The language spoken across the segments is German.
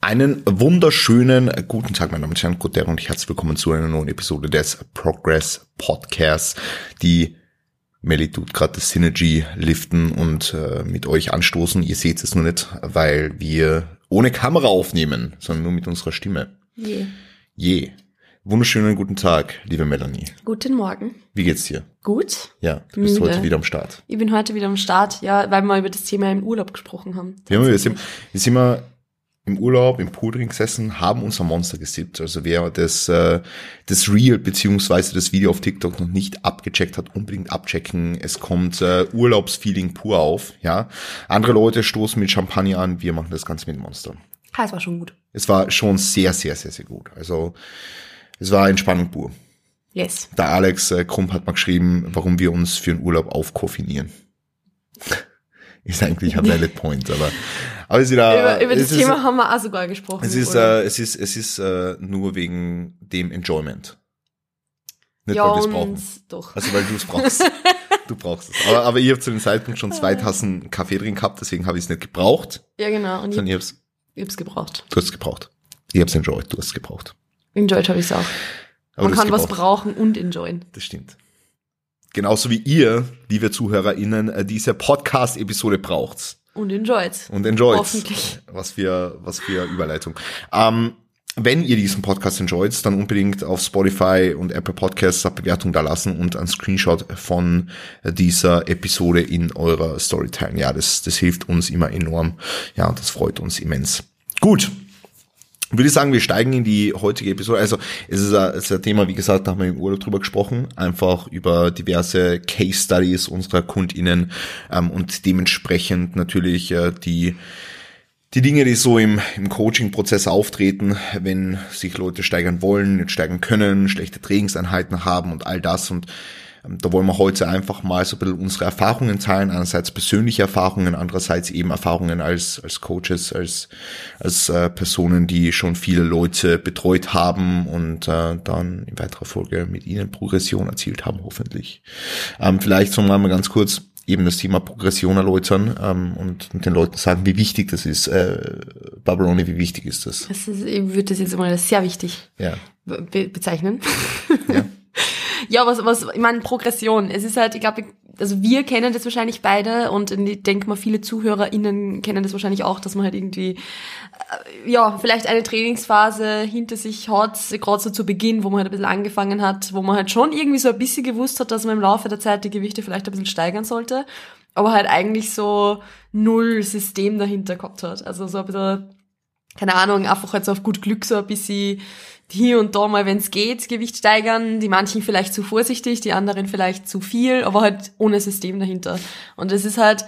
Einen wunderschönen guten Tag, meine Damen und Herren, guten Tag und herzlich willkommen zu einer neuen Episode des Progress Podcasts. Die Melly tut gerade das Synergy liften und mit euch anstoßen. Ihr seht es nur nicht, weil wir ohne Kamera aufnehmen, sondern nur mit unserer Stimme. Je. Wunderschönen guten Tag, liebe Melanie. Guten Morgen. Wie geht's dir? Gut. Ja, du bist heute wieder am Start. Ich bin heute wieder am Start, ja, weil wir über das Thema im Urlaub gesprochen haben. Wir sind im Urlaub, im Pool drin gesessen, haben unser Monster gesippt. Also wer das Reel beziehungsweise das Video auf TikTok noch nicht abgecheckt hat, unbedingt abchecken. Es kommt Urlaubsfeeling pur auf. Ja, andere Leute stoßen mit Champagner an, wir machen das Ganze mit Monster. Es war schon gut. Es war schon sehr, sehr, sehr, sehr gut. Also es war Entspannung pur. Yes. Der Alex Krump hat mal geschrieben, warum wir uns für einen Urlaub aufkoffinieren. Ist eigentlich ein valid point, aber ist wieder, über das Thema haben wir auch sogar gesprochen. Es ist nur wegen dem Enjoyment. Nicht, ja, weil wir es brauchen. Doch. Also weil du es brauchst. Du brauchst es. Aber ich habe zu dem Zeitpunkt schon 2 Tassen Kaffee drin gehabt, deswegen habe ich es nicht gebraucht. Ja, genau. Und ich hab's gebraucht. Du hast es gebraucht. Ich habe es enjoyed, du hast es gebraucht. Enjoyed habe ich es auch. Man kann was brauchen und enjoyen. Das stimmt. Genauso wie ihr, liebe ZuhörerInnen, diese Podcast-Episode braucht. Und enjoyt. Hoffentlich. Was für Überleitung. Wenn ihr diesen Podcast enjoyt, dann unbedingt auf Spotify und Apple Podcasts eine Bewertung da lassen und einen Screenshot von dieser Episode in eurer Story teilen. Ja, das hilft uns immer enorm. Ja, und das freut uns immens. Gut. Würde ich sagen, wir steigen in die heutige Episode. Also es ist ein Thema, wie gesagt, da haben wir im Urlaub drüber gesprochen, einfach über diverse Case Studies unserer KundInnen und dementsprechend natürlich die Dinge, die so im Coaching-Prozess auftreten, wenn sich Leute steigern wollen, nicht steigern können, schlechte Trainingseinheiten haben und all das. Und da wollen wir heute einfach mal so ein bisschen unsere Erfahrungen teilen, einerseits persönliche Erfahrungen, andererseits eben Erfahrungen als Coaches, als Personen, die schon viele Leute betreut haben und dann in weiterer Folge mit ihnen Progression erzielt haben, hoffentlich. Vielleicht sollen wir mal ganz kurz eben das Thema Progression erläutern und den Leuten sagen, wie wichtig das ist. Barbaroni, wie wichtig ist das? Ich würde das jetzt mal als sehr wichtig bezeichnen. Ja. Ja, ich meine, Progression. Es ist halt, ich glaube, also wir kennen das wahrscheinlich beide und ich denke mal, viele ZuhörerInnen kennen das wahrscheinlich auch, dass man halt irgendwie, vielleicht eine Trainingsphase hinter sich hat, gerade so zu Beginn, wo man halt ein bisschen angefangen hat, wo man halt schon irgendwie so ein bisschen gewusst hat, dass man im Laufe der Zeit die Gewichte vielleicht ein bisschen steigern sollte, aber halt eigentlich so null System dahinter gehabt hat. Also so ein bisschen, keine Ahnung, einfach halt so auf gut Glück so ein bisschen hier und da mal, wenn es geht, Gewicht steigern, die manchen vielleicht zu vorsichtig, die anderen vielleicht zu viel, aber halt ohne System dahinter. Und es ist halt,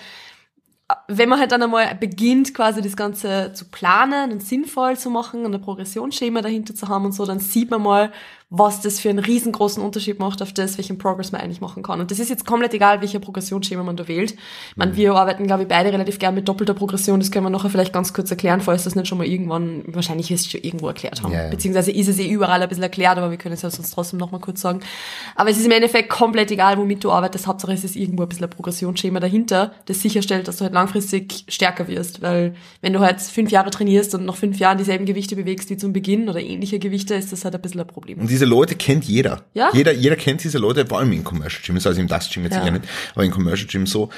wenn man halt dann einmal beginnt, quasi das Ganze zu planen und sinnvoll zu machen und ein Progressionsschema dahinter zu haben und so, dann sieht man mal, was das für einen riesengroßen Unterschied macht auf das, welchen Progress man eigentlich machen kann. Und das ist jetzt komplett egal, welcher Progressionsschema man da wählt. Ich meine, wir arbeiten, glaube ich, beide relativ gern mit doppelter Progression. Das können wir nachher vielleicht ganz kurz erklären, falls das nicht schon mal irgendwann, wahrscheinlich wirst du schon irgendwo erklärt haben. Yeah. Beziehungsweise ist es überall ein bisschen erklärt, aber wir können es ja sonst trotzdem noch mal kurz sagen. Aber es ist im Endeffekt komplett egal, womit du arbeitest. Hauptsache es ist irgendwo ein bisschen ein Progressionsschema dahinter, das sicherstellt, dass du halt langfristig stärker wirst. Weil wenn du halt 5 Jahre trainierst und nach 5 Jahren dieselben Gewichte bewegst wie zum Beginn oder ähnliche Gewichte, ist das halt ein bisschen ein Problem. Und diese Leute kennt jeder. Ja? Jeder kennt diese Leute, vor allem in Commercial Gyms, also im Dust Gym jetzt eher nicht, aber in Commercial Gyms so,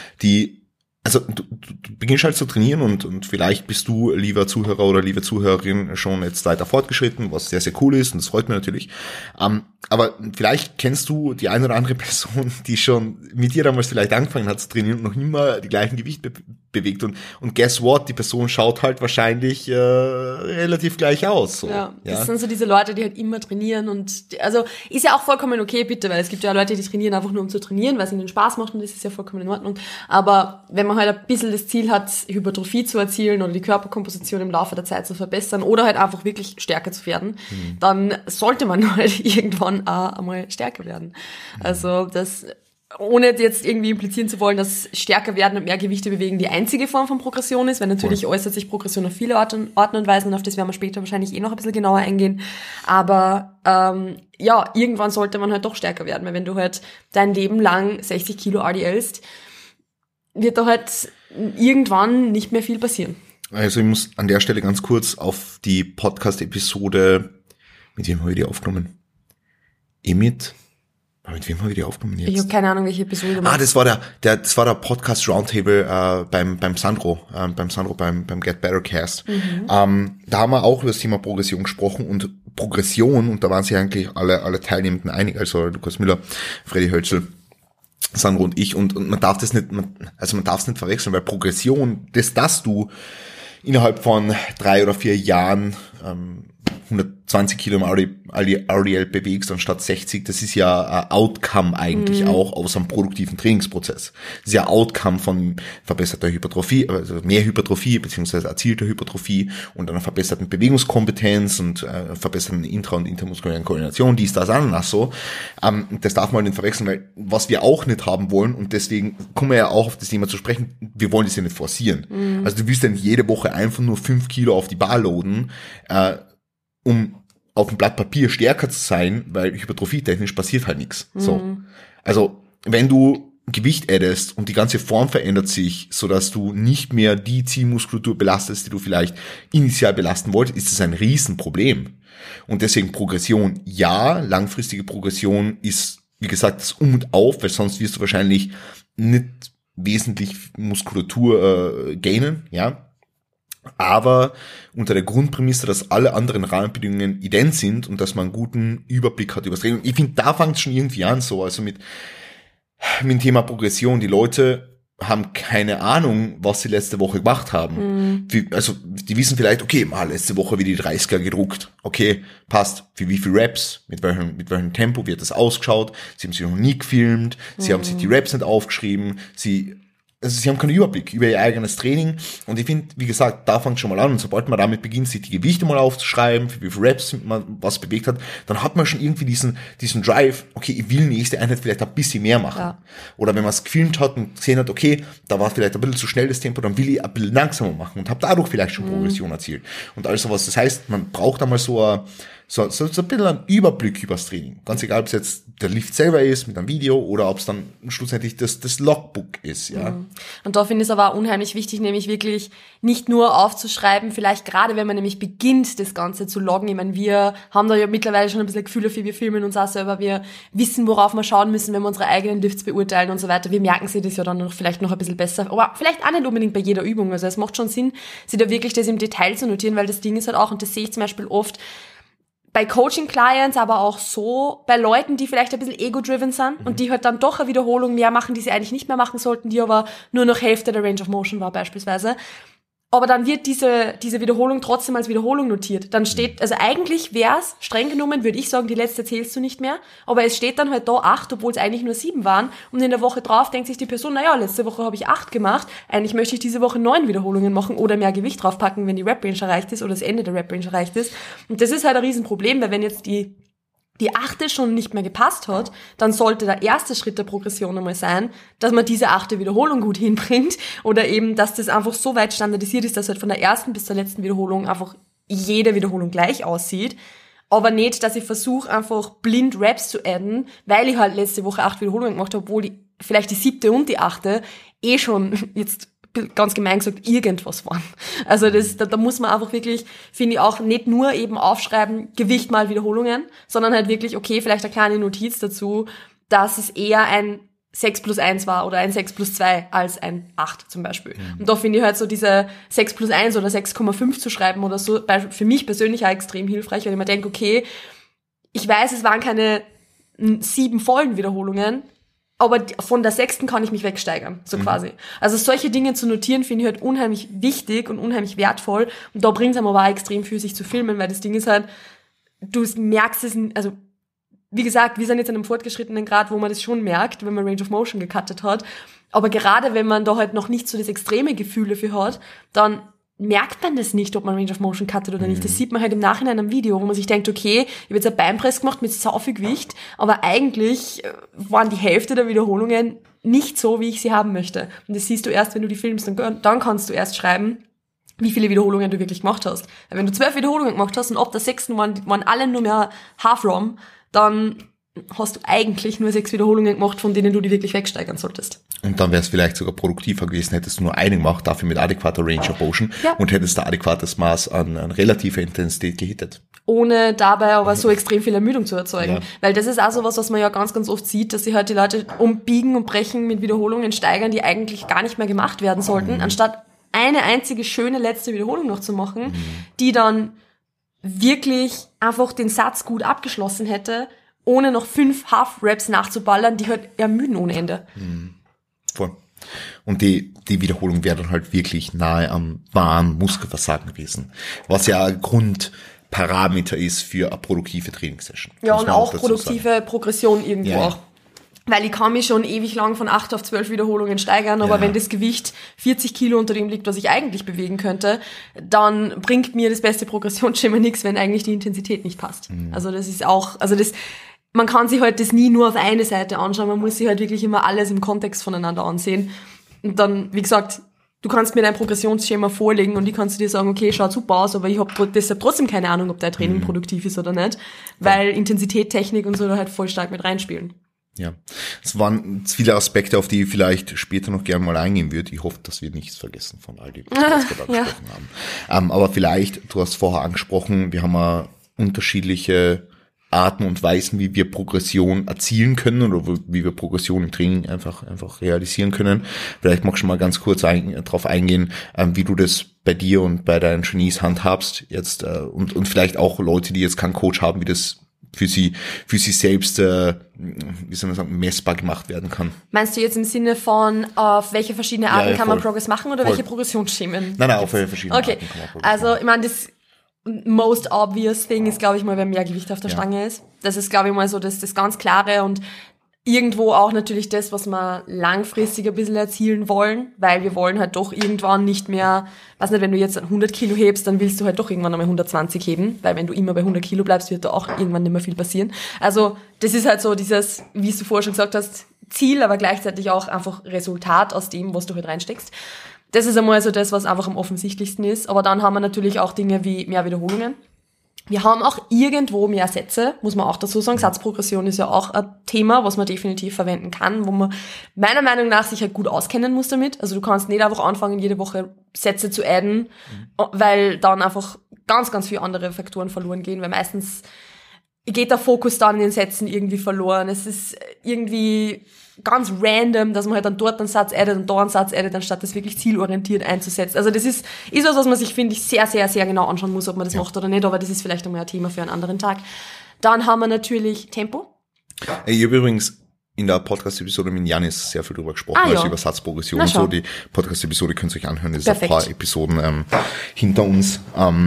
also du beginnst halt zu trainieren und vielleicht bist du, lieber Zuhörer oder liebe Zuhörerin, schon jetzt weiter fortgeschritten, was sehr, sehr cool ist und das freut mich natürlich. Aber vielleicht kennst du die eine oder andere Person, die schon mit dir damals vielleicht angefangen hat zu trainieren und noch immer die gleichen Gewichte bewegt und guess what, die Person schaut halt wahrscheinlich relativ gleich aus. So. Ja, das sind so diese Leute, die halt immer trainieren und also ist ja auch vollkommen okay, bitte, weil es gibt ja Leute, die trainieren einfach nur um zu trainieren, weil es ihnen Spaß macht und das ist ja vollkommen in Ordnung. Aber wenn man halt ein bisschen das Ziel hat, Hypertrophie zu erzielen oder die Körperkomposition im Laufe der Zeit zu verbessern oder halt einfach wirklich stärker zu werden, dann sollte man halt irgendwann auch einmal stärker werden. Also das, ohne jetzt irgendwie implizieren zu wollen, dass stärker werden und mehr Gewichte bewegen die einzige Form von Progression ist, weil natürlich äußert sich Progression auf viele Arten und Weisen und auf das werden wir später wahrscheinlich noch ein bisschen genauer eingehen. Aber irgendwann sollte man halt doch stärker werden, weil wenn du halt dein Leben lang 60 Kilo RDLst, wird da halt irgendwann nicht mehr viel passieren. Also ich muss an der Stelle ganz kurz auf die Podcast-Episode, mit wem habe ich die aufgenommen? Mit wem habe ich die aufgenommen jetzt? Ich habe keine Ahnung, welche Episode du machst. Das war der Podcast Roundtable beim Sandro, beim Get Better Cast. Da haben wir auch über das Thema Progression gesprochen und da waren sich eigentlich alle Teilnehmenden einig, also Lukas Müller, Freddy Hölzel, Sandro und ich, und man darf das nicht, man darf es nicht verwechseln, weil Progression, dass du innerhalb von 3 oder 4 Jahren 120 Kilo im RDL bewegst anstatt 60, das ist ja ein Outcome eigentlich auch aus einem produktiven Trainingsprozess. Das ist ja ein Outcome von verbesserter Hypertrophie, also mehr Hypertrophie beziehungsweise erzielter Hypertrophie und einer verbesserten Bewegungskompetenz und verbesserten intra- und intermuskulären Koordination, dies, das, Ananas, so. Das darf man nicht verwechseln, weil was wir auch nicht haben wollen, und deswegen kommen wir ja auch auf das Thema zu sprechen, wir wollen das ja nicht forcieren. Also du willst ja nicht jede Woche einfach nur 5 Kilo auf die Bar loaden, um auf dem Blatt Papier stärker zu sein, weil hypertrophietechnisch passiert halt nichts. So. Also, wenn du Gewicht addest und die ganze Form verändert sich, sodass du nicht mehr die Zielmuskulatur belastest, die du vielleicht initial belasten wolltest, ist das ein Riesenproblem. Und deswegen Progression, ja, langfristige Progression ist, wie gesagt, das Um und Auf, weil sonst wirst du wahrscheinlich nicht wesentlich Muskulatur gainen, ja. Aber unter der Grundprämisse, dass alle anderen Rahmenbedingungen ident sind und dass man einen guten Überblick hat über das Training. Ich finde, da fängt es schon irgendwie an so, also mit dem Thema Progression. Die Leute haben keine Ahnung, was sie letzte Woche gemacht haben. Also die wissen vielleicht, okay, letzte Woche wie die 30er gedruckt. Okay, passt. Für wie viel Reps, mit welchem Tempo wird das ausgeschaut. Sie haben sich noch nie gefilmt, sie haben sich die Reps nicht aufgeschrieben, sie haben keinen Überblick über ihr eigenes Training, und ich finde, wie gesagt, da fängt schon mal an, und sobald man damit beginnt, sich die Gewichte mal aufzuschreiben, für wie viele Reps man was bewegt hat, dann hat man schon irgendwie diesen Drive, okay, ich will nächste Einheit vielleicht ein bisschen mehr machen. Ja. Oder wenn man es gefilmt hat und gesehen hat, okay, da war vielleicht ein bisschen zu schnell das Tempo, dann will ich ein bisschen langsamer machen und habe dadurch vielleicht schon Progression erzielt. Und all sowas. Das heißt, man braucht einmal so ein bisschen einen Überblick übers Training. Ganz egal, ob es jetzt der Lift selber ist mit einem Video oder ob es dann schlussendlich das Logbook ist, ja. Und da finde ich es aber auch unheimlich wichtig, nämlich wirklich nicht nur aufzuschreiben, vielleicht gerade wenn man nämlich beginnt, das Ganze zu loggen. Ich meine, wir haben da ja mittlerweile schon ein bisschen Gefühl dafür, wir filmen uns auch selber, wir wissen, worauf wir schauen müssen, wenn wir unsere eigenen Lifts beurteilen und so weiter. Wir merken sich das ja dann vielleicht noch ein bisschen besser, aber vielleicht auch nicht unbedingt bei jeder Übung. Also es macht schon Sinn, sich da wirklich das im Detail zu notieren, weil das Ding ist halt auch, und das sehe ich zum Beispiel oft, bei Coaching-Clients, aber auch so bei Leuten, die vielleicht ein bisschen ego-driven sind und die halt dann doch eine Wiederholung mehr machen, die sie eigentlich nicht mehr machen sollten, die aber nur noch Hälfte der Range of Motion war beispielsweise. Aber dann wird diese Wiederholung trotzdem als Wiederholung notiert. Dann steht, also eigentlich wär's, streng genommen, würde ich sagen, die letzte zählst du nicht mehr. Aber es steht dann halt da 8, obwohl es eigentlich nur 7 waren. Und in der Woche drauf denkt sich die Person, naja, letzte Woche habe ich 8 gemacht. Eigentlich möchte ich diese Woche 9 Wiederholungen machen oder mehr Gewicht draufpacken, wenn die Rep-Range erreicht ist oder das Ende der Rep-Range erreicht ist. Und das ist halt ein Riesenproblem, weil wenn jetzt die 8. schon nicht mehr gepasst hat, dann sollte der erste Schritt der Progression einmal sein, dass man diese 8. Wiederholung gut hinbringt oder eben, dass das einfach so weit standardisiert ist, dass halt von der ersten bis zur letzten Wiederholung einfach jede Wiederholung gleich aussieht. Aber nicht, dass ich versuche, einfach blind Reps zu adden, weil ich halt letzte Woche 8 Wiederholungen gemacht habe, obwohl vielleicht die 7. und die 8. schon jetzt ganz gemein gesagt, irgendwas waren. Also da muss man einfach wirklich, finde ich auch, nicht nur eben aufschreiben, Gewicht mal Wiederholungen, sondern halt wirklich, okay, vielleicht eine kleine Notiz dazu, dass es eher ein 6+1 war oder ein 6+2 als ein 8 zum Beispiel. Und da finde ich halt so diese 6+1 oder 6,5 zu schreiben oder so, für mich persönlich auch extrem hilfreich, weil ich mir denke, okay, ich weiß, es waren keine 7 vollen Wiederholungen, aber von der 6. kann ich mich wegsteigern, so quasi. Also solche Dinge zu notieren, finde ich halt unheimlich wichtig und unheimlich wertvoll. Und da bringt es einem aber auch extrem viel, sich zu filmen, weil das Ding ist halt, du merkst es, also wie gesagt, wir sind jetzt in einem fortgeschrittenen Grad, wo man das schon merkt, wenn man Range of Motion gecuttet hat. Aber gerade wenn man da halt noch nicht so das extreme Gefühl dafür hat, dann merkt man das nicht, ob man Range of Motion cuttet oder nicht. Das sieht man halt im Nachhinein am Video, wo man sich denkt, okay, ich habe jetzt ein Beinpress gemacht mit sau viel Gewicht, aber eigentlich waren die Hälfte der Wiederholungen nicht so, wie ich sie haben möchte. Und das siehst du erst, wenn du die filmst, und dann kannst du erst schreiben, wie viele Wiederholungen du wirklich gemacht hast. Weil wenn du 12 Wiederholungen gemacht hast und ab der 6. waren alle nur mehr Half-ROM, dann hast du eigentlich nur 6 Wiederholungen gemacht, von denen du die wirklich wegsteigern solltest. Und dann wäre es vielleicht sogar produktiver gewesen, hättest du nur eine gemacht, dafür mit adäquater Range of Motion und hättest da adäquates Maß an relativer Intensität gehittet. Ohne dabei aber so extrem viel Ermüdung zu erzeugen. Ja. Weil das ist auch so was man ja ganz, ganz oft sieht, dass sich halt die Leute umbiegen und brechen mit Wiederholungen steigern, die eigentlich gar nicht mehr gemacht werden sollten, anstatt eine einzige schöne letzte Wiederholung noch zu machen, die dann wirklich einfach den Satz gut abgeschlossen hätte, ohne noch 5 Half-Reps nachzuballern, die halt ermüden ohne Ende. Voll. Und die Wiederholung wäre dann halt wirklich nahe am wahren Muskelversagen gewesen. Was ja ein Grundparameter ist für eine produktive Trainingssession. Ja, Muss und man auch dazu produktive sagen. Progression irgendwo Ja. auch. Weil ich kann mich schon ewig lang von 8 auf 12 Wiederholungen steigern, aber wenn das Gewicht 40 Kilo unter dem liegt, was ich eigentlich bewegen könnte, dann bringt mir das beste Progressionsschema nichts, wenn eigentlich die Intensität nicht passt. Also das ist auch, man kann sich halt das nie nur auf eine Seite anschauen, man muss sich halt wirklich immer alles im Kontext voneinander ansehen. Und dann, wie gesagt, du kannst mir dein Progressionsschema vorlegen und ich kannst dir sagen, okay, schaut super aus, aber ich habe deshalb trotzdem keine Ahnung, ob dein Training produktiv ist oder nicht, weil Intensität, Technik und so da halt voll stark mit reinspielen. Ja, es waren viele Aspekte, auf die ich vielleicht später noch gerne mal eingehen würde. Ich hoffe, dass wir nichts vergessen von all dem, was wir jetzt gerade angesprochen haben. Aber vielleicht, du hast vorher angesprochen, wir haben ja unterschiedliche Arten und Weisen, wie wir Progression erzielen können oder wie wir Progression im Training einfach realisieren können. Vielleicht magst du mal ganz kurz darauf eingehen, wie du das bei dir und bei deinen Trainees handhabst jetzt und vielleicht auch Leute, die jetzt keinen Coach haben, wie das für sie selbst, wie soll man sagen, messbar gemacht werden kann. Meinst du jetzt im Sinne von, auf welche verschiedene Arten kann man voll. Progress machen oder welche Progressionsschemen? Nein, auf verschiedene Okay, Arten kann man Progress also ich meine, das most obvious thing ist, glaube ich mal, wenn mehr Gewicht auf der Stange ist. Das ist, glaube ich mal so das ganz Klare und irgendwo auch natürlich das, was wir langfristig ein bisschen erzielen wollen, weil wir wollen halt doch irgendwann nicht mehr, weiß nicht, wenn du jetzt 100 Kilo hebst, dann willst du halt doch irgendwann einmal 120 heben, weil wenn du immer bei 100 Kilo bleibst, wird da auch irgendwann nicht mehr viel passieren. Also das ist halt so dieses, wie du vorher schon gesagt hast, Ziel, aber gleichzeitig auch einfach Resultat aus dem, was du halt reinsteckst. Das ist einmal so das, was einfach am offensichtlichsten ist. Aber dann haben wir natürlich auch Dinge wie mehr Wiederholungen. Wir haben auch irgendwo mehr Sätze, muss man auch dazu sagen. Satzprogression ist ja auch ein Thema, was man definitiv verwenden kann, wo man meiner Meinung nach sich halt gut auskennen muss damit. Also du kannst nicht einfach anfangen, jede Woche Sätze zu adden, weil dann einfach ganz, ganz viele andere Faktoren verloren gehen, weil meistens geht der Fokus dann in den Sätzen irgendwie verloren. Es ist irgendwie ganz random, dass man halt dann dort einen Satz addet und da einen Satz addet, anstatt das wirklich zielorientiert einzusetzen. Also das ist was man sich, finde ich, sehr, sehr, sehr genau anschauen muss, ob man das macht oder nicht, aber das ist vielleicht einmal ein Thema für einen anderen Tag. Dann haben wir natürlich Tempo. Ich habe übrigens in der Podcast-Episode mit Janis sehr viel drüber gesprochen, also über Satzprogression und so. Die Podcast-Episode könnt ihr euch anhören, das ist ein paar Episoden hinter uns.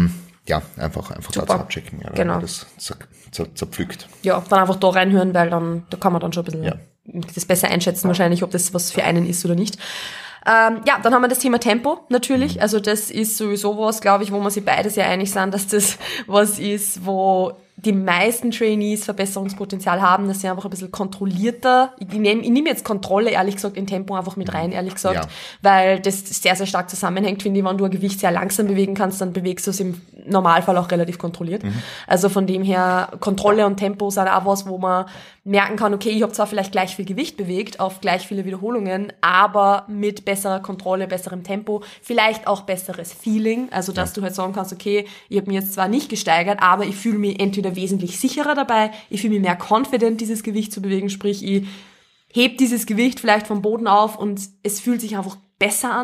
Einfach das abchecken, genau. Das zerpflückt. Ja, dann einfach da reinhören, weil dann, da kann man dann schon ein bisschen das besser einschätzen wahrscheinlich, ob das was für einen ist oder nicht. Dann haben wir das Thema Tempo natürlich. Also das ist sowieso was, glaube ich, wo man sich beide sehr einig sind, dass das was ist, wo die meisten Trainees Verbesserungspotenzial haben, dass sie einfach ein bisschen kontrollierter, ich nehme jetzt Kontrolle, ehrlich gesagt, in Tempo einfach mit rein, ehrlich gesagt, weil das sehr, sehr stark zusammenhängt, finde ich, wenn du ein Gewicht sehr langsam bewegen kannst, dann bewegst du es im Normalfall auch relativ kontrolliert. Also von dem her, Kontrolle und Tempo sind auch was, wo man merken kann, okay, ich habe zwar vielleicht gleich viel Gewicht bewegt, auf gleich viele Wiederholungen, aber mit besserer Kontrolle, besserem Tempo, vielleicht auch besseres Feeling, also dass du halt sagen kannst, okay, ich habe mich jetzt zwar nicht gesteigert, aber ich fühle mich entweder wesentlich sicherer dabei, ich fühle mich mehr confident, dieses Gewicht zu bewegen, sprich, ich heb dieses Gewicht vielleicht vom Boden auf und es fühlt sich einfach besser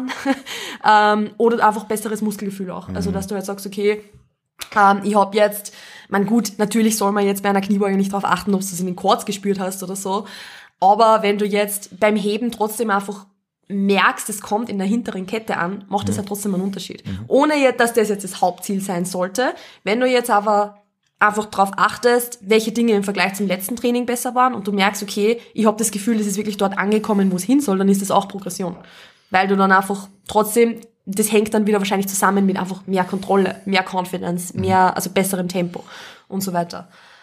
an oder einfach besseres Muskelgefühl auch. Also, dass du halt sagst, okay, ich habe jetzt, gut, natürlich soll man jetzt bei einer Kniebeuge nicht darauf achten, ob du es in den Quads gespürt hast oder so, aber wenn du jetzt beim Heben trotzdem einfach merkst, es kommt in der hinteren Kette an, macht das ja trotzdem einen Unterschied. Ohne jetzt, dass das jetzt das Hauptziel sein sollte. Wenn du jetzt aber einfach darauf achtest, welche Dinge im Vergleich zum letzten Training besser waren und du merkst, okay, ich habe das Gefühl, das ist wirklich dort angekommen, wo es hin soll, dann ist das auch Progression. Weil du dann einfach trotzdem, das hängt dann wieder wahrscheinlich zusammen mit einfach mehr Kontrolle, mehr Confidence, also besserem Tempo und so weiter.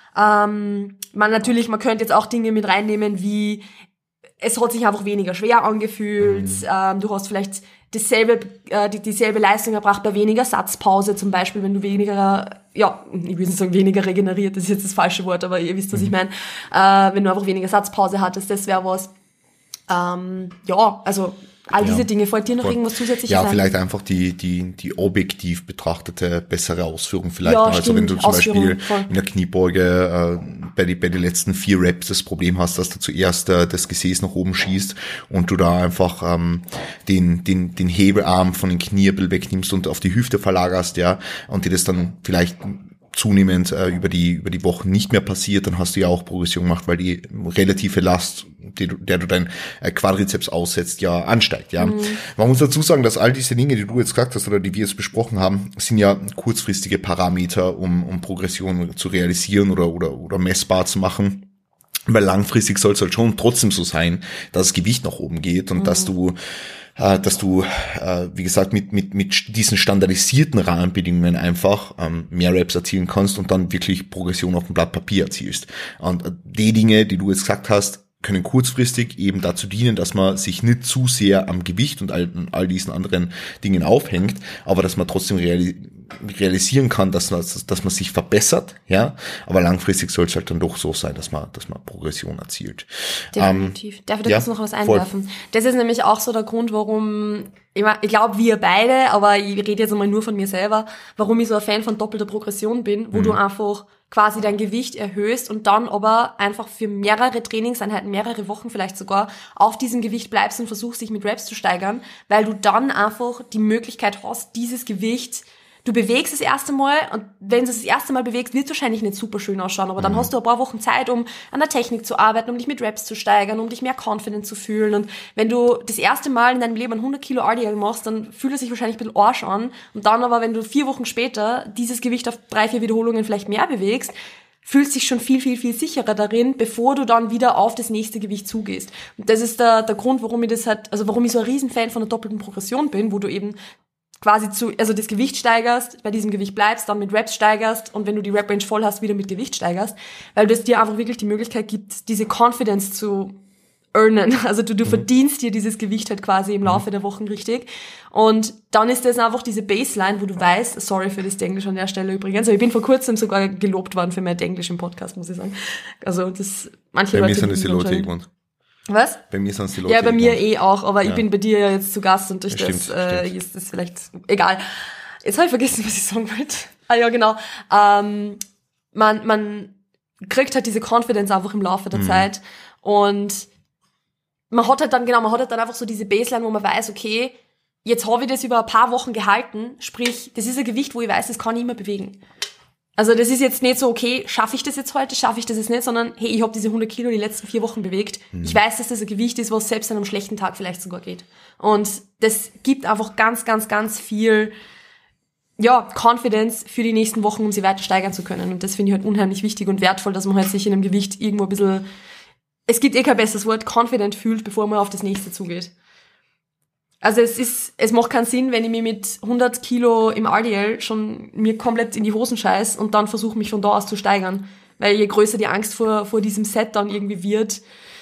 Man könnte jetzt auch Dinge mit reinnehmen, wie es hat sich einfach weniger schwer angefühlt, du hast vielleicht dieselbe Leistung erbracht bei weniger Satzpause, zum Beispiel, wenn du weniger ja, ich will nicht sagen weniger regeneriert, das ist jetzt das falsche Wort, aber ihr wisst, was ich meine. Wenn du einfach weniger Satzpause hattest, das wäre was. Ja, also all diese Dinge. Fällt dir noch irgendwas zusätzliches ein? Ja, vielleicht einfach die objektiv betrachtete bessere Ausführung vielleicht. Ja, Also stimmt. wenn du zum Beispiel voll. in der Kniebeuge bei den letzten 4 Reps das Problem hast, dass du zuerst das Gesäß nach oben schießt und du da einfach den Hebelarm von den Kniebel wegnimmst und auf die Hüfte verlagerst, ja, und dir das dann vielleicht zunehmend über die Wochen nicht mehr passiert, dann hast du ja auch Progression gemacht, weil die relative Last, der du dein Quadrizeps aussetzt, ja ansteigt. Ja, man muss dazu sagen, dass all diese Dinge, die du jetzt gesagt hast oder die wir jetzt besprochen haben, sind ja kurzfristige Parameter, um Progression zu realisieren oder messbar zu machen. Weil langfristig soll es halt schon trotzdem so sein, dass das Gewicht nach oben geht und dass du wie gesagt, mit diesen standardisierten Rahmenbedingungen einfach mehr Reps erzielen kannst und dann wirklich Progression auf dem Blatt Papier erzielst. Und die Dinge, die du jetzt gesagt hast, können kurzfristig eben dazu dienen, dass man sich nicht zu sehr am Gewicht und all diesen anderen Dingen aufhängt, aber dass man trotzdem realisieren kann, dass man sich verbessert, ja, aber langfristig soll es halt dann doch so sein, dass man Progression erzielt. Definitiv. Darf ich da kurz noch was einwerfen? Voll. Das ist nämlich auch so der Grund, warum, ich glaube, wir beide, aber ich rede jetzt einmal nur von mir selber, warum ich so ein Fan von doppelter Progression bin, wo du einfach quasi dein Gewicht erhöhst und dann aber einfach für mehrere Trainingseinheiten, mehrere Wochen vielleicht sogar auf diesem Gewicht bleibst und versuchst, dich mit Reps zu steigern, weil du dann einfach die Möglichkeit hast, dieses Gewicht, du bewegst das erste Mal und wenn du es das erste Mal bewegst, wird es wahrscheinlich nicht super schön ausschauen, aber dann hast du ein paar Wochen Zeit, um an der Technik zu arbeiten, um dich mit Reps zu steigern, um dich mehr confident zu fühlen und wenn du das erste Mal in deinem Leben 100 Kilo RDL machst, dann fühlt es sich wahrscheinlich ein bisschen Arsch an und dann aber, wenn du 4 Wochen später dieses Gewicht auf 3-4 Wiederholungen vielleicht mehr bewegst, fühlst dich schon viel, viel, viel sicherer darin, bevor du dann wieder auf das nächste Gewicht zugehst. Und das ist der Grund, warum ich warum ich so ein Riesenfan von der doppelten Progression bin, wo du eben quasi das Gewicht steigerst, bei diesem Gewicht bleibst, dann mit Reps steigerst und wenn du die Rep-Range voll hast, wieder mit Gewicht steigerst, weil das dir einfach wirklich die Möglichkeit gibt, diese Confidence zu earnen. Also du verdienst dir dieses Gewicht halt quasi im Laufe der Wochen richtig. Und dann ist das einfach diese Baseline, wo du weißt, sorry für das Englisch an der Stelle übrigens, aber ich bin vor kurzem sogar gelobt worden für mein Englisch im Podcast, muss ich sagen. Also das, manche Leute... Bei mir sind es die Leute irgendwann. Was? Bei mir sind es die Leute. Ja, bei mir auch, aber ich bin bei dir ja jetzt zu Gast und durch stimmt. ist das vielleicht egal. Jetzt habe ich vergessen, was ich sagen wollte. Ah ja, genau. Man kriegt halt diese Confidence einfach im Laufe der Zeit und man hat halt dann einfach so diese Baseline, wo man weiß, okay, jetzt habe ich das über ein paar Wochen gehalten, sprich, das ist ein Gewicht, wo ich weiß, das kann ich immer bewegen. Also das ist jetzt nicht so, okay, schaffe ich das jetzt heute, schaffe ich das jetzt nicht, sondern hey, ich habe diese 100 Kilo die letzten 4 Wochen bewegt. Ich weiß, dass das ein Gewicht ist, was selbst an einem schlechten Tag vielleicht sogar geht. Und das gibt einfach ganz, ganz, ganz viel Confidence für die nächsten Wochen, um sie weiter steigern zu können. Und das finde ich halt unheimlich wichtig und wertvoll, dass man halt sich in einem Gewicht irgendwo ein bisschen, es gibt kein besseres Wort, confident fühlt, bevor man auf das nächste zugeht. Also es macht keinen Sinn, wenn ich mir mit 100 Kilo im RDL schon mir komplett in die Hosen scheiß und dann versuche mich von da aus zu steigern. Weil je größer die Angst vor diesem Set dann irgendwie wird,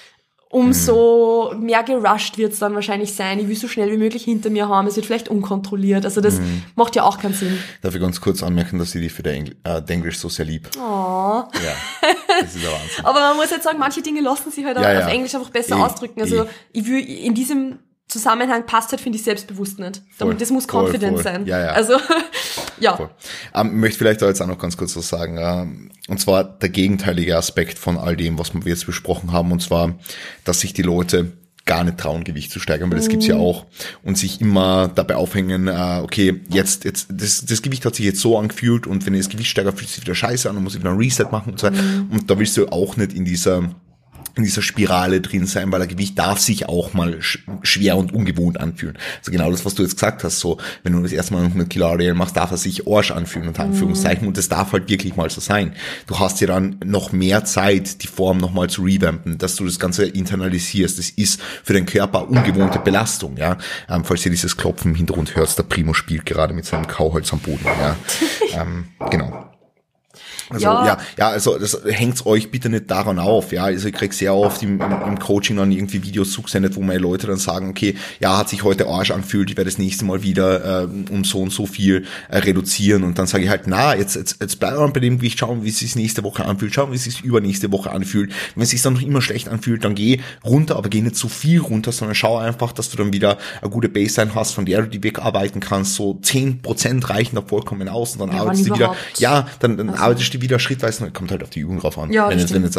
umso mehr gerusht wird es dann wahrscheinlich sein. Ich will so schnell wie möglich hinter mir haben. Es wird vielleicht unkontrolliert. Also das macht ja auch keinen Sinn. Darf ich ganz kurz anmerken, dass ich dich für Englisch so sehr lieb. Oh. Ja, das ist der Wahnsinn. Aber man muss jetzt sagen, manche Dinge lassen sich halt auch auf Englisch einfach besser ausdrücken. Also ich will in diesem Zusammenhang passt halt, finde ich, selbstbewusst nicht. Voll, das muss confident sein. Ja. Also, ja. Voll. Möchte vielleicht da jetzt auch noch ganz kurz was sagen. Und zwar der gegenteilige Aspekt von all dem, was wir jetzt besprochen haben. Und zwar, dass sich die Leute gar nicht trauen, Gewicht zu steigern, weil das gibt's ja auch. Und sich immer dabei aufhängen, okay, jetzt das Gewicht hat sich jetzt so angefühlt und wenn ich das Gewicht steigere, fühlt es sich wieder scheiße an und muss ich wieder ein Reset machen und so. Und da willst du auch nicht in dieser Spirale drin sein, weil ein Gewicht darf sich auch mal schwer und ungewohnt anfühlen. Also genau das, was du jetzt gesagt hast, so, wenn du das erste Mal 100 Kilo RDL machst, darf er sich Arsch anfühlen, unter Anführungszeichen, und das darf halt wirklich mal so sein. Du hast ja dann noch mehr Zeit, die Form nochmal zu revampen, dass du das Ganze internalisierst. Das ist für den Körper ungewohnte Belastung, ja. Falls ihr dieses Klopfen im Hintergrund hört, der Primo spielt gerade mit seinem Kauholz am Boden, ja. Genau. Also also das hängt euch bitte nicht daran auf, ja. Also ich krieg sehr oft im Coaching dann irgendwie Videos zugesendet, wo meine Leute dann sagen, okay, ja, hat sich heute Arsch angefühlt, ich werde das nächste Mal wieder um so und so viel reduzieren. Und dann sage ich halt, jetzt bleib mal bei dem Gewicht, schauen, wie es sich nächste Woche anfühlt, schauen, wie es sich übernächste Woche anfühlt. Wenn es sich dann noch immer schlecht anfühlt, dann geh runter, aber geh nicht so viel runter, sondern schau einfach, dass du dann wieder eine gute Baseline hast, von der du die wegarbeiten kannst. So 10% reichen da vollkommen aus und dann arbeitest du wieder, dann arbeitest du wieder schrittweise, kommt halt auf die Übung drauf an. Ja, wenn jetzt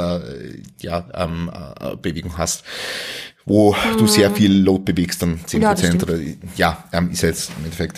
Bewegung hast, wo du sehr viel Load bewegst, dann 10% oder ist ja jetzt im Endeffekt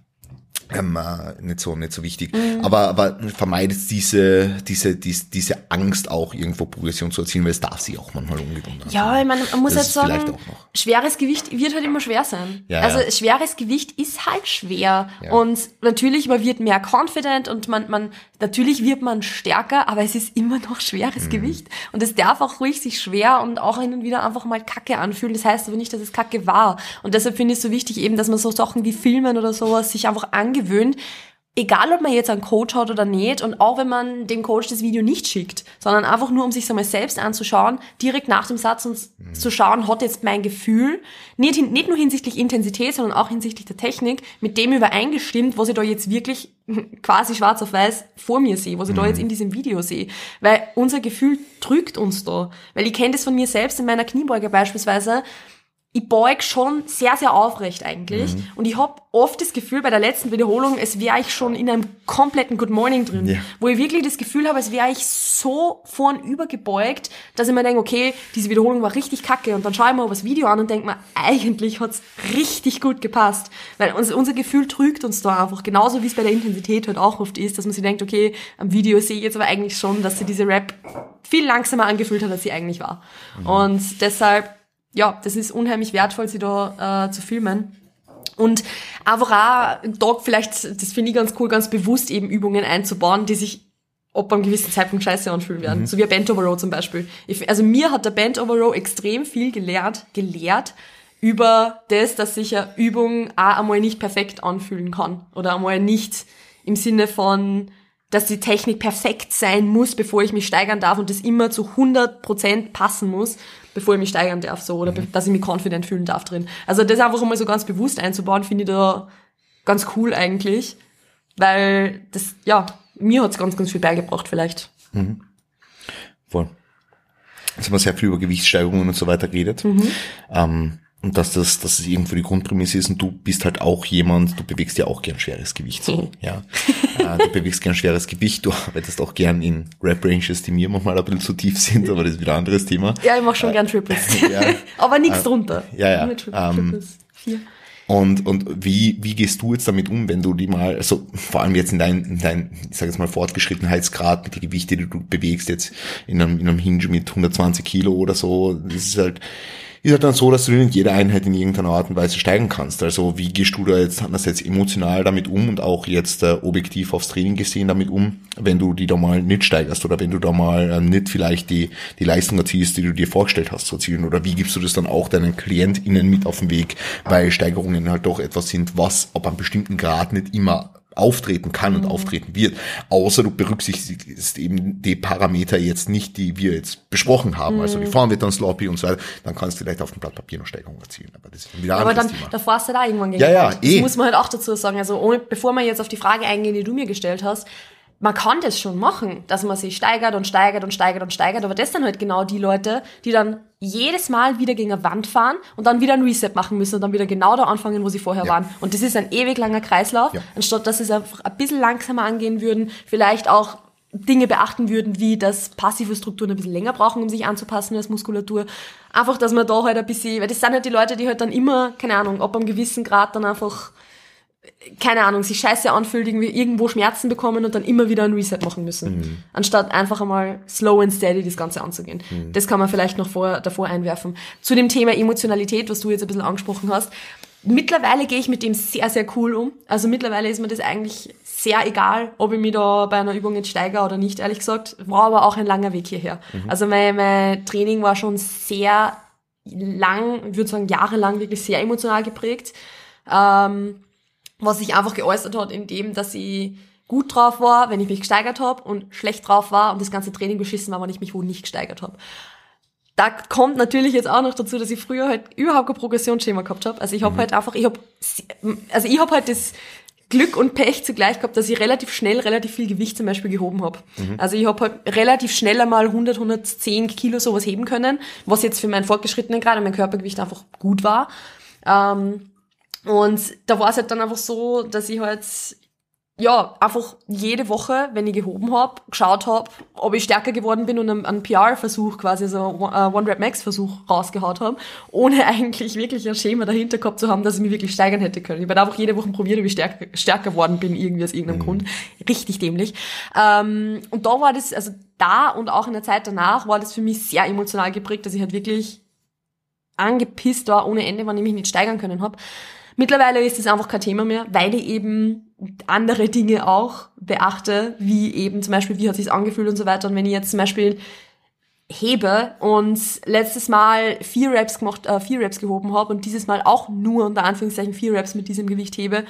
nicht so wichtig. Aber vermeidet diese Angst auch irgendwo Progression zu erzielen, weil es darf sich auch manchmal ungesund anfühlen. Ja, ich meine, man muss jetzt sagen, schweres Gewicht wird halt immer schwer sein. Ja, also schweres Gewicht ist halt schwer. Ja. Und natürlich, man wird mehr confident und natürlich wird man stärker, aber es ist immer noch schweres Gewicht. Und es darf auch ruhig sich schwer und auch hin und wieder einfach mal Kacke anfühlen. Das heißt aber nicht, dass es Kacke war. Und deshalb finde ich es so wichtig eben, dass man so Sachen wie Filmen oder sowas sich einfach angewöhnt, egal ob man jetzt einen Coach hat oder nicht und auch wenn man dem Coach das Video nicht schickt, sondern einfach nur, um sich einmal selbst anzuschauen, direkt nach dem Satz und zu schauen, hat jetzt mein Gefühl, nicht nur hinsichtlich Intensität, sondern auch hinsichtlich der Technik, mit dem übereingestimmt, was ich da jetzt wirklich quasi schwarz auf weiß vor mir sehe, was ich da jetzt in diesem Video sehe. Weil unser Gefühl trügt uns da. Weil ich kenne das von mir selbst in meiner Kniebeuge beispielsweise. Ich beug schon sehr, sehr aufrecht eigentlich. Und ich habe oft das Gefühl, bei der letzten Wiederholung, es wäre ich schon in einem kompletten Good Morning drin. Yeah. Wo ich wirklich das Gefühl habe, als wäre ich so vornüber gebeugt, dass ich mir denke, okay, diese Wiederholung war richtig kacke. Und dann schaue ich mir das Video an und denke mir, eigentlich hat's richtig gut gepasst. Weil unser Gefühl trügt uns da einfach. Genauso wie es bei der Intensität halt auch oft ist, dass man sich denkt, okay, am Video sehe ich jetzt aber eigentlich schon, dass sie diese Rap viel langsamer angefühlt hat, als sie eigentlich war. Und deshalb, ja, das ist unheimlich wertvoll, sie da zu filmen. Und einfach auch da vielleicht, das finde ich ganz cool, ganz bewusst eben Übungen einzubauen, die sich ab einem gewissen Zeitpunkt scheiße anfühlen werden. So wie ein Bent Over Row zum Beispiel. Also mir hat der Bent Over Row extrem viel gelehrt über das, dass sich eine Übung auch einmal nicht perfekt anfühlen kann. Oder einmal nicht im Sinne von, dass die Technik perfekt sein muss, bevor ich mich steigern darf und das immer zu 100% passen muss, bevor ich mich steigern darf, so, oder dass ich mich confident fühlen darf drin. Also das einfach einmal so ganz bewusst einzubauen, finde ich da ganz cool eigentlich, weil das, ja, mir hat's ganz, ganz viel beigebracht vielleicht. Voll. Jetzt haben wir sehr viel über Gewichtssteigerungen und so weiter geredet. Und dass das irgendwo die Grundprämisse ist und du bist halt auch jemand, du bewegst ja auch gern schweres Gewicht, so, ja. Du bewegst gern schweres Gewicht, du arbeitest auch gern in Rep-Ranges, die mir manchmal ein bisschen zu tief sind, aber das ist wieder ein anderes Thema. Ja, ich mache schon gern Triples. Ja, aber nichts drunter. Ja. Nur Triples. 4. Und wie gehst du jetzt damit um, wenn du die mal, also vor allem jetzt in dein, ich sag jetzt mal, Fortgeschrittenheitsgrad mit den Gewichten, die du bewegst jetzt in einem Hinge mit 120 Kilo oder so, das ist halt dann so, dass du in jeder Einheit in irgendeiner Art und Weise steigen kannst. Also wie gehst du da jetzt emotional damit um und auch jetzt objektiv aufs Training gesehen damit um, wenn du die da mal nicht steigerst oder wenn du da mal nicht vielleicht die Leistung erzielst, die du dir vorgestellt hast zu erzielen, oder wie gibst du das dann auch deinen KlientInnen mit auf den Weg, weil Steigerungen halt doch etwas sind, was ab einem bestimmten Grad nicht immer auftreten kann und auftreten wird, außer du berücksichtigst eben die Parameter jetzt nicht, die wir jetzt besprochen haben, also die Form wird dann sloppy und so weiter, dann kannst du vielleicht auf dem Blatt Papier noch Steigerung erzielen, aber das ist wieder ein anderes Thema. Da fährst du da irgendwann gegen. Ja, das muss man halt auch dazu sagen, also bevor wir jetzt auf die Frage eingehen, die du mir gestellt hast, man kann das schon machen, dass man sich steigert, aber das sind halt genau die Leute, die dann jedes Mal wieder gegen eine Wand fahren und dann wieder ein Reset machen müssen und dann wieder genau da anfangen, wo sie vorher waren. Und das ist ein ewig langer Kreislauf, anstatt dass sie es einfach ein bisschen langsamer angehen würden, vielleicht auch Dinge beachten würden, wie dass passive Strukturen ein bisschen länger brauchen, um sich anzupassen als Muskulatur. Einfach, dass man da halt ein bisschen, weil das sind halt die Leute, die halt dann immer, keine Ahnung, ab einem gewissen Grad dann einfach, keine Ahnung, sich scheiße anfühlt, irgendwie irgendwo Schmerzen bekommen und dann immer wieder ein Reset machen müssen. Anstatt einfach einmal slow and steady das Ganze anzugehen. Das kann man vielleicht noch davor einwerfen. Zu dem Thema Emotionalität, was du jetzt ein bisschen angesprochen hast. Mittlerweile gehe ich mit dem sehr, sehr cool um. Also mittlerweile ist mir das eigentlich sehr egal, ob ich mich da bei einer Übung jetzt steigere oder nicht, ehrlich gesagt. War aber auch ein langer Weg hierher. Also mein Training war schon sehr lang, ich würde sagen jahrelang wirklich sehr emotional geprägt. Was sich einfach geäußert hat in dem, dass ich gut drauf war, wenn ich mich gesteigert habe und schlecht drauf war und das ganze Training beschissen war, wenn ich mich wo nicht gesteigert habe. Da kommt natürlich jetzt auch noch dazu, dass ich früher halt überhaupt kein Progressionsschema gehabt habe. Also ich habe halt einfach, ich habe halt das Glück und Pech zugleich gehabt, dass ich relativ schnell relativ viel Gewicht zum Beispiel gehoben habe. Also ich habe halt relativ schnell einmal 110 Kilo sowas heben können, was jetzt für meinen fortgeschrittenen Grad und mein Körpergewicht einfach gut war. Und da war es halt dann einfach so, dass ich halt einfach jede Woche, wenn ich gehoben habe, geschaut habe, ob ich stärker geworden bin und einen PR-Versuch quasi, so One-Rep-Max-Versuch rausgehaut habe, ohne eigentlich wirklich ein Schema dahinter gehabt zu haben, dass ich mich wirklich steigern hätte können. Ich habe einfach jede Woche probiert, ob ich stärker geworden bin, irgendwie aus irgendeinem Grund. Richtig dämlich. Und da war das, also da und auch in der Zeit danach war das für mich sehr emotional geprägt, dass ich halt wirklich angepisst war ohne Ende, wenn ich mich nicht steigern können habe. Mittlerweile ist das einfach kein Thema mehr, weil ich eben andere Dinge auch beachte, wie eben zum Beispiel, wie hat es sich angefühlt und so weiter. Und wenn ich jetzt zum Beispiel hebe und letztes Mal 4 Reps gehoben habe und dieses Mal auch nur unter Anführungszeichen 4 Reps mit diesem Gewicht hebe,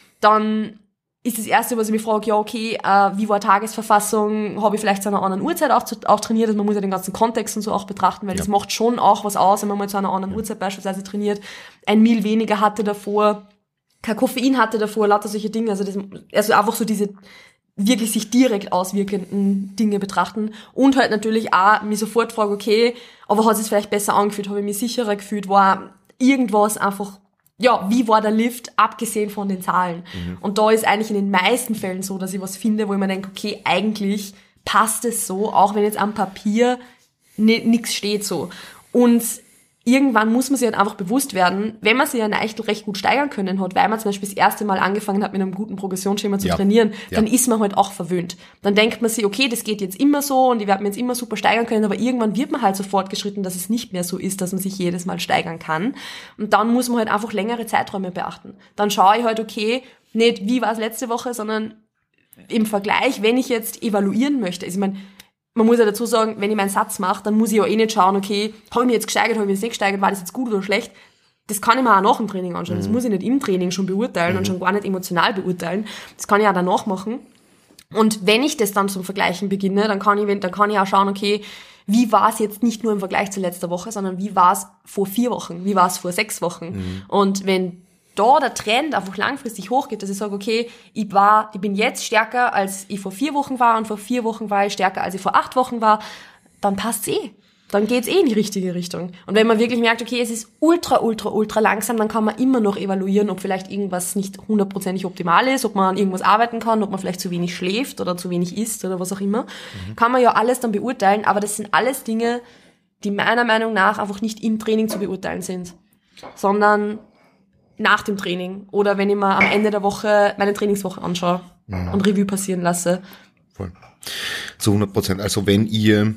dann ist das Erste, was ich mich frage, ja okay, wie war Tagesverfassung, habe ich vielleicht zu einer anderen Uhrzeit auch trainiert, also man muss ja den ganzen Kontext und so auch betrachten, weil das macht schon auch was aus, wenn man mal zu einer anderen Uhrzeit beispielsweise trainiert, ein Meal weniger hatte davor, kein Koffein hatte davor, lauter solche Dinge, also einfach so diese wirklich sich direkt auswirkenden Dinge betrachten und halt natürlich auch mich sofort frage, okay, aber hat es vielleicht besser angefühlt, habe ich mich sicherer gefühlt, war irgendwas einfach, wie war der Lift, abgesehen von den Zahlen? Und da ist eigentlich in den meisten Fällen so, dass ich was finde, wo ich mir denke, okay, eigentlich passt es so, auch wenn jetzt am Papier nichts steht so. Und irgendwann muss man sich halt einfach bewusst werden, wenn man sich ja echt recht gut steigern können hat, weil man zum Beispiel das erste Mal angefangen hat, mit einem guten Progressionsschema zu trainieren, dann ist man halt auch verwöhnt. Dann denkt man sich, okay, das geht jetzt immer so und ich werde mir jetzt immer super steigern können, aber irgendwann wird man halt so fortgeschritten, dass es nicht mehr so ist, dass man sich jedes Mal steigern kann. Und dann muss man halt einfach längere Zeiträume beachten. Dann schaue ich halt, okay, nicht wie war es letzte Woche, sondern im Vergleich, wenn ich jetzt evaluieren möchte. Also ich meine, man muss ja dazu sagen, wenn ich meinen Satz mache, dann muss ich ja nicht schauen, okay, habe ich mich jetzt gesteigert, habe ich mich jetzt nicht gesteigert, war das jetzt gut oder schlecht? Das kann ich mir auch nach dem Training anschauen. Das muss ich nicht im Training schon beurteilen und schon gar nicht emotional beurteilen. Das kann ich auch danach machen. Und wenn ich das dann zum Vergleichen beginne, dann kann ich auch schauen, okay, wie war es jetzt nicht nur im Vergleich zu letzter Woche, sondern wie war es vor 4 Wochen, wie war es vor 6 Wochen? Und wenn da der Trend einfach langfristig hochgeht, dass ich sage, okay, ich bin jetzt stärker, als ich vor 4 Wochen war und vor 4 Wochen war ich stärker, als ich vor 8 Wochen war, dann passt's Dann geht's in die richtige Richtung. Und wenn man wirklich merkt, okay, es ist ultra, ultra, ultra langsam, dann kann man immer noch evaluieren, ob vielleicht irgendwas nicht 100% optimal ist, ob man an irgendwas arbeiten kann, ob man vielleicht zu wenig schläft oder zu wenig isst oder was auch immer. Kann man ja alles dann beurteilen, aber das sind alles Dinge, die meiner Meinung nach einfach nicht im Training zu beurteilen sind, sondern nach dem Training oder wenn ich mir am Ende der Woche meine Trainingswoche anschaue und Revue passieren lasse. Voll. Zu 100%. Also wenn ihr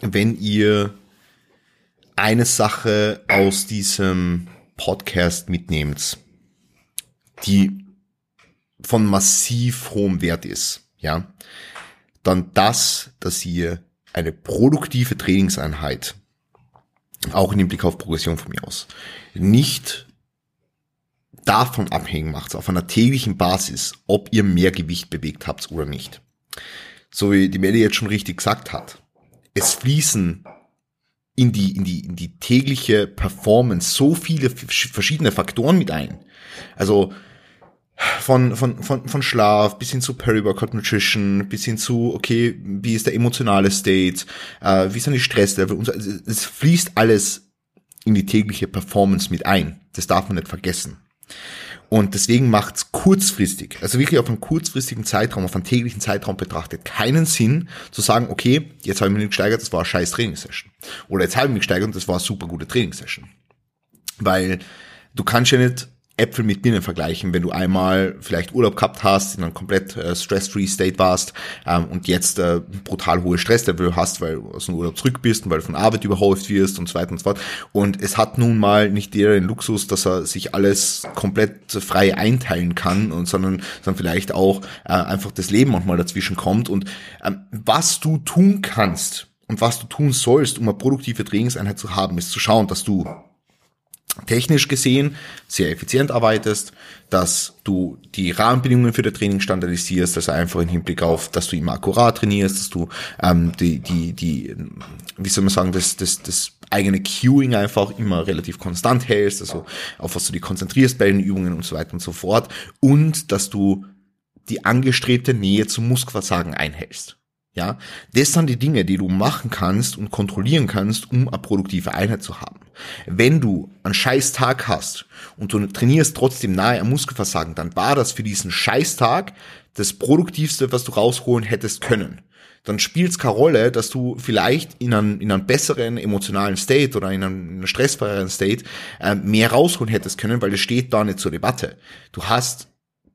eine Sache aus diesem Podcast mitnehmt, die von massiv hohem Wert ist, dann dass ihr eine produktive Trainingseinheit, auch in dem Blick auf Progression von mir aus, nicht davon abhängen macht, auf einer täglichen Basis, ob ihr mehr Gewicht bewegt habt oder nicht. So wie die Melli jetzt schon richtig gesagt hat. Es fließen in die tägliche Performance so viele verschiedene Faktoren mit ein. Also von Schlaf bis hin zu Peri-Workout Nutrition, bis hin zu, okay, wie ist der emotionale State, wie ist dann die Stresslevel und so. Es fließt alles in die tägliche Performance mit ein. Das darf man nicht vergessen. Und deswegen macht's kurzfristig, also wirklich auf einen kurzfristigen Zeitraum, auf einen täglichen Zeitraum betrachtet, keinen Sinn zu sagen, okay, jetzt habe ich mich nicht gesteigert, das war eine scheiß Trainingssession. Oder jetzt habe ich mich gesteigert und das war eine super gute Trainingssession. Weil du kannst ja nicht Äpfel mit Birnen vergleichen, wenn du einmal vielleicht Urlaub gehabt hast, in einem komplett stress-free State warst und jetzt brutal hohe Stresslevel hast, weil du aus dem Urlaub zurück bist und weil du von Arbeit überhäuft wirst und so weiter und so fort. Und es hat nun mal nicht jeder den Luxus, dass er sich alles komplett frei einteilen kann, sondern vielleicht auch einfach das Leben manchmal dazwischen kommt. Und was du tun kannst und was du tun sollst, um eine produktive Trainingseinheit zu haben, ist zu schauen, dass du technisch gesehen sehr effizient arbeitest, dass du die Rahmenbedingungen für das Training standardisierst, also einfach im Hinblick auf, dass du immer akkurat trainierst, dass du wie soll man sagen, das eigene Cueing einfach immer relativ konstant hältst, also auf was du dich konzentrierst bei den Übungen und so weiter und so fort, und dass du die angestrebte Nähe zum Muskelversagen einhältst. Ja, das sind die Dinge, die du machen kannst und kontrollieren kannst, um eine produktive Einheit zu haben. Wenn du einen scheiß Tag hast und du trainierst trotzdem nahe am Muskelversagen, dann war das für diesen scheiß Tag das Produktivste, was du rausholen hättest können. Dann spielt es keine Rolle, dass du vielleicht in einem besseren emotionalen State oder in einem stressfreieren State mehr rausholen hättest können, weil das steht da nicht zur Debatte. Du hast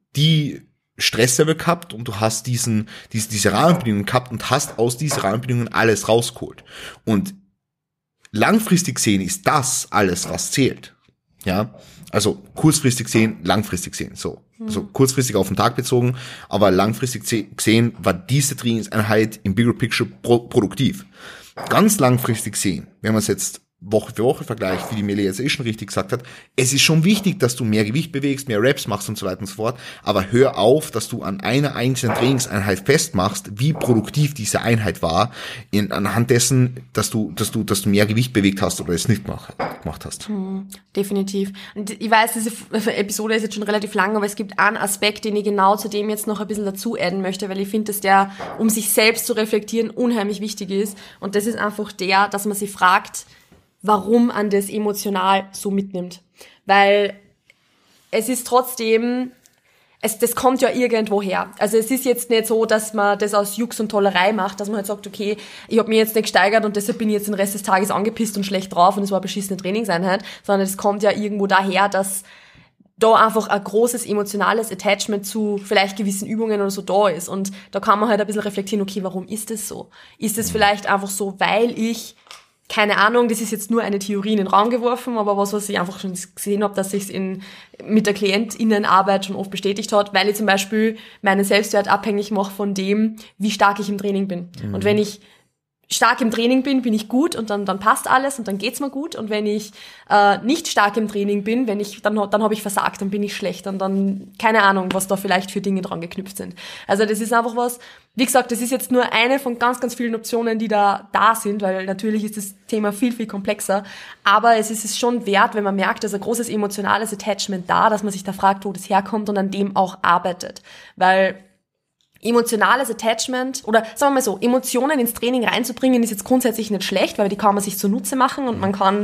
die Stresslevel gehabt und du hast diese Rahmenbedingungen gehabt und hast aus diesen Rahmenbedingungen alles rausgeholt. Und langfristig gesehen ist das alles, was zählt. Ja, also kurzfristig gesehen, langfristig gesehen, so. Also kurzfristig auf den Tag bezogen, aber langfristig gesehen war diese Trainingseinheit im Bigger Picture produktiv. Ganz langfristig gesehen, wenn man es jetzt Woche für Woche vergleicht, wie die Mele jetzt schon richtig gesagt hat, es ist schon wichtig, dass du mehr Gewicht bewegst, mehr Reps machst und so weiter und so fort, aber hör auf, dass du an einer einzelnen Trainingseinheit festmachst, wie produktiv diese Einheit war, anhand dessen, dass du mehr Gewicht bewegt hast oder es nicht gemacht hast. Definitiv. Und ich weiß, diese Episode ist jetzt schon relativ lang, aber es gibt einen Aspekt, den ich genau zu dem jetzt noch ein bisschen dazu adden möchte, weil ich finde, dass der, um sich selbst zu reflektieren, unheimlich wichtig ist, und das ist einfach der, dass man sich fragt, warum man das emotional so mitnimmt. Weil es ist trotzdem, das kommt ja irgendwo her. Also es ist jetzt nicht so, dass man das aus Jux und Tollerei macht, dass man halt sagt, okay, ich habe mich jetzt nicht gesteigert und deshalb bin ich jetzt den Rest des Tages angepisst und schlecht drauf und es war eine beschissene Trainingseinheit, sondern es kommt ja irgendwo daher, dass da einfach ein großes emotionales Attachment zu vielleicht gewissen Übungen oder so da ist. Und da kann man halt ein bisschen reflektieren, okay, warum ist das so? Ist es vielleicht einfach so, weil ich, keine Ahnung, das ist jetzt nur eine Theorie in den Raum geworfen, aber was ich einfach schon gesehen habe, dass sich mit der KlientInnenarbeit schon oft bestätigt hat, weil ich zum Beispiel meinen Selbstwert abhängig mache von dem, wie stark ich im Training bin. Und wenn ich stark im Training bin ich gut und dann passt alles und dann geht's mir gut. Und wenn ich nicht stark im Training bin, dann habe ich versagt, dann bin ich schlecht und dann, keine Ahnung, was da vielleicht für Dinge dran geknüpft sind. Also das ist einfach was, wie gesagt, das ist jetzt nur eine von ganz, ganz vielen Optionen, die da sind, weil natürlich ist das Thema viel, viel komplexer. Aber es ist es schon wert, wenn man merkt, dass ein großes emotionales Attachment dass man sich da fragt, wo das herkommt und an dem auch arbeitet. Weil emotionales Attachment, oder sagen wir mal so, Emotionen ins Training reinzubringen, ist jetzt grundsätzlich nicht schlecht, weil die kann man sich zunutze machen und man kann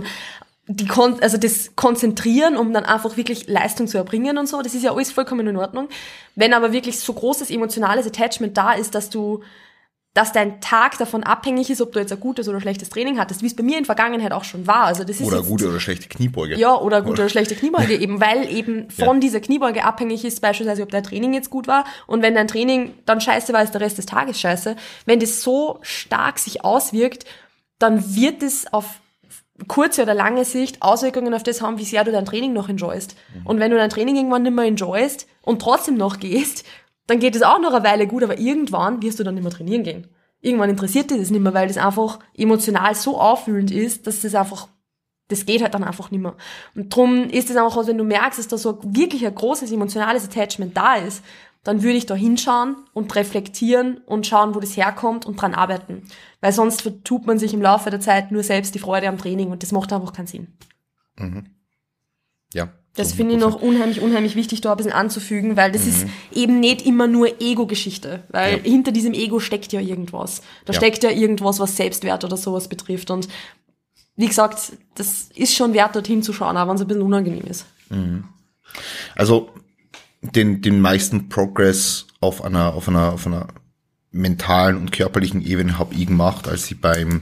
das konzentrieren, um dann einfach wirklich Leistung zu erbringen und so. Das ist ja alles vollkommen in Ordnung. Wenn aber wirklich so großes emotionales Attachment da ist, dass dein Tag davon abhängig ist, ob du jetzt ein gutes oder schlechtes Training hattest, wie es bei mir in der Vergangenheit auch schon war. Also das ist oder gute oder schlechte Kniebeuge. Ja, oder gute oder schlechte Kniebeuge eben, weil eben von dieser Kniebeuge abhängig ist, beispielsweise, ob dein Training jetzt gut war. Und wenn dein Training dann scheiße war, ist der Rest des Tages scheiße. Wenn das so stark sich auswirkt, dann wird es auf kurze oder lange Sicht Auswirkungen auf das haben, wie sehr du dein Training noch enjoyst. Und wenn du dein Training irgendwann nicht mehr enjoyst und trotzdem noch gehst, dann geht es auch noch eine Weile gut, aber irgendwann wirst du dann nicht mehr trainieren gehen. Irgendwann interessiert dich das nicht mehr, weil das einfach emotional so aufwühlend ist, dass das geht halt dann einfach nicht mehr. Und drum ist es einfach, wenn du merkst, dass da so wirklich ein großes emotionales Attachment da ist, dann würde ich da hinschauen und reflektieren und schauen, wo das herkommt und dran arbeiten. Weil sonst vertut man sich im Laufe der Zeit nur selbst die Freude am Training und das macht einfach keinen Sinn. Mhm. Ja. Das finde ich noch unheimlich, unheimlich wichtig, da ein bisschen anzufügen, weil das ist eben nicht immer nur Ego-Geschichte, weil hinter diesem Ego steckt ja irgendwas. Da steckt ja irgendwas, was Selbstwert oder sowas betrifft und wie gesagt, das ist schon wert, dorthin zu schauen, auch wenn es ein bisschen unangenehm ist. Mhm. Also den meisten Progress auf einer mentalen und körperlichen Ebene habe ich gemacht, als ich beim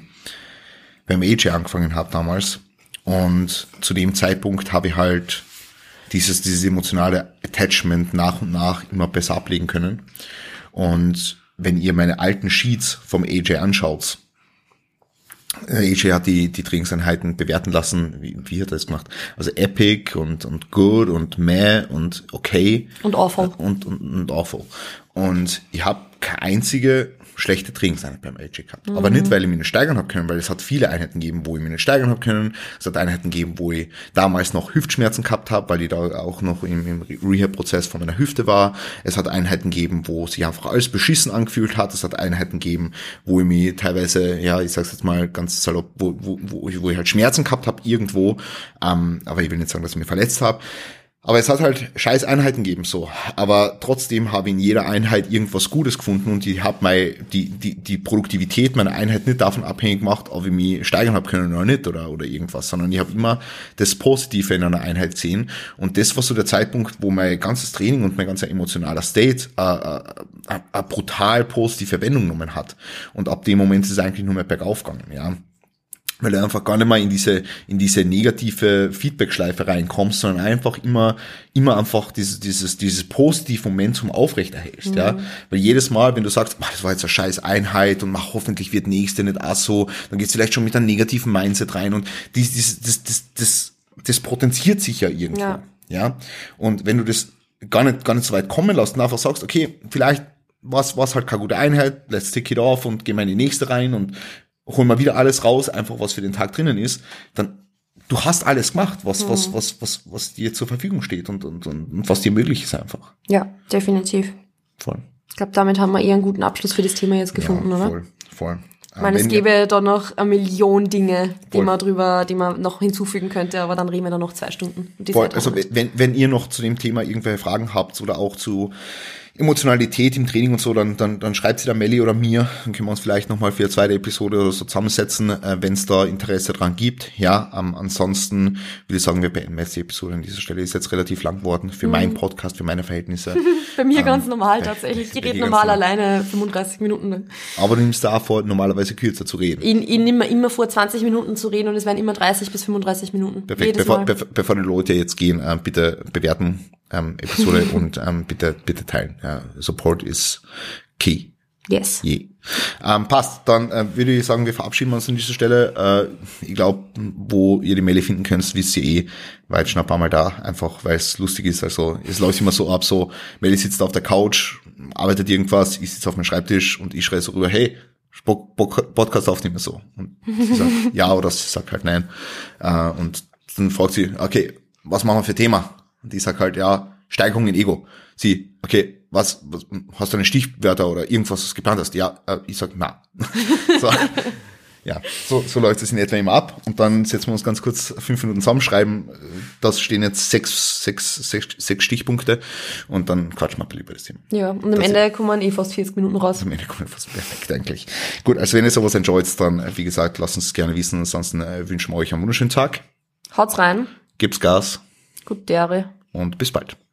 AJ angefangen habe damals. Und zu dem Zeitpunkt habe ich halt dieses emotionale Attachment nach und nach immer besser ablegen können. Und wenn ihr meine alten Sheets vom AJ anschaut, AJ hat die Trainingseinheiten bewerten lassen, wie hat er das gemacht? Also Epic und Good und Meh und Okay. Und Awful. Und Awful. Und ich habe keine einzige schlechte Trainingseinheit beim AJ gehabt. Aber nicht, weil ich mich nicht steigern habe können, weil es hat viele Einheiten gegeben, wo ich mich nicht steigern habe können. Es hat Einheiten gegeben, wo ich damals noch Hüftschmerzen gehabt habe, weil ich da auch noch im Rehab-Prozess von meiner Hüfte war. Es hat Einheiten gegeben, wo sich einfach alles beschissen angefühlt hat. Es hat Einheiten gegeben, wo ich mich teilweise, ja, ich sag's jetzt mal ganz salopp, wo ich halt Schmerzen gehabt habe irgendwo. Aber ich will nicht sagen, dass ich mich verletzt habe. Aber es hat halt scheiß Einheiten gegeben, so. Aber trotzdem habe ich in jeder Einheit irgendwas Gutes gefunden und ich habe die Produktivität meiner Einheit nicht davon abhängig gemacht, ob ich mich steigern habe können oder nicht oder irgendwas, sondern ich habe immer das Positive in einer Einheit gesehen und das war so der Zeitpunkt, wo mein ganzes Training und mein ganzer emotionaler State eine brutal positive Wendung genommen hat. Und ab dem Moment ist es eigentlich nur mehr bergauf gegangen, ja. Weil du einfach gar nicht mal in diese negative Feedback-Schleife reinkommst, sondern einfach immer einfach dieses positive Momentum aufrechterhältst, ja. Weil jedes Mal, wenn du sagst, das war jetzt eine scheiß Einheit und hoffentlich wird nächste nicht auch so, dann geht's vielleicht schon mit einem negativen Mindset rein und das potenziert sich ja irgendwo, ja. Und wenn du das gar nicht so weit kommen lässt und einfach sagst, okay, vielleicht war's halt keine gute Einheit, let's take it off und geh mal in die nächste rein und hol mal wieder alles raus, einfach was für den Tag drinnen ist, dann du hast alles gemacht, was dir zur Verfügung steht und was dir möglich ist einfach. Ja, definitiv. Voll. Ich glaube, damit haben wir eher einen guten Abschluss für das Thema jetzt gefunden, ja, oder? Voll. Ich meine, es gäbe da noch eine Million Dinge, die man noch hinzufügen könnte, aber dann reden wir da noch 2 Stunden. Voll. Also wenn ihr noch zu dem Thema irgendwelche Fragen habt oder auch zu Emotionalität im Training und so, dann schreibt sie da Melli oder mir, dann können wir uns vielleicht nochmal für eine zweite Episode oder so zusammensetzen, wenn es da Interesse dran gibt. Ja, ansonsten würde ich sagen, wir beenden jetzt die Episode an dieser Stelle. Ist jetzt relativ lang geworden für meinen Podcast, für meine Verhältnisse. Bei mir ganz normal tatsächlich. Ich rede normal alleine 35 Minuten. Aber du nimmst da auch vor, normalerweise kürzer zu reden. Ich nehme immer vor, 20 Minuten zu reden und es werden immer 30 bis 35 Minuten. Perfekt. Bevor die Leute jetzt gehen, bitte bewerten Episode und bitte teilen. Ja, Support is key. Yes. Passt. Dann würde ich sagen, wir verabschieden uns an dieser Stelle. Ich glaube, wo ihr die Mail finden könnt, wisst ihr war jetzt schon ein paar Mal da, einfach weil es lustig ist. Also es läuft immer so ab, so Melli sitzt auf der Couch, arbeitet irgendwas, ich sitze auf meinem Schreibtisch und ich schreie so rüber, hey, Podcast aufnehmen so. Und sie sagt ja oder sie sagt halt nein. Und dann fragt sie, okay, was machen wir für Thema? Und ich sag halt, ja, Steigerung in Ego. Sie, okay, was hast du eine Stichwörter oder irgendwas, was du geplant hast? Ja, ich sag, na. So, ja, so läuft es in etwa immer ab. Und dann setzen wir uns ganz kurz 5 Minuten zusammenschreiben. Das stehen jetzt 6 Stichpunkte. Und dann quatschen wir über das Thema. Ja, und am Ende kommen fast 40 Minuten raus. Am Ende kommen fast perfekt eigentlich. Gut, also wenn ihr sowas enjoyt, dann, wie gesagt, lasst uns es gerne wissen. Ansonsten wünschen wir euch einen wunderschönen Tag. Haut's rein. Gibt's Gas. Gute Ehre. Und bis bald.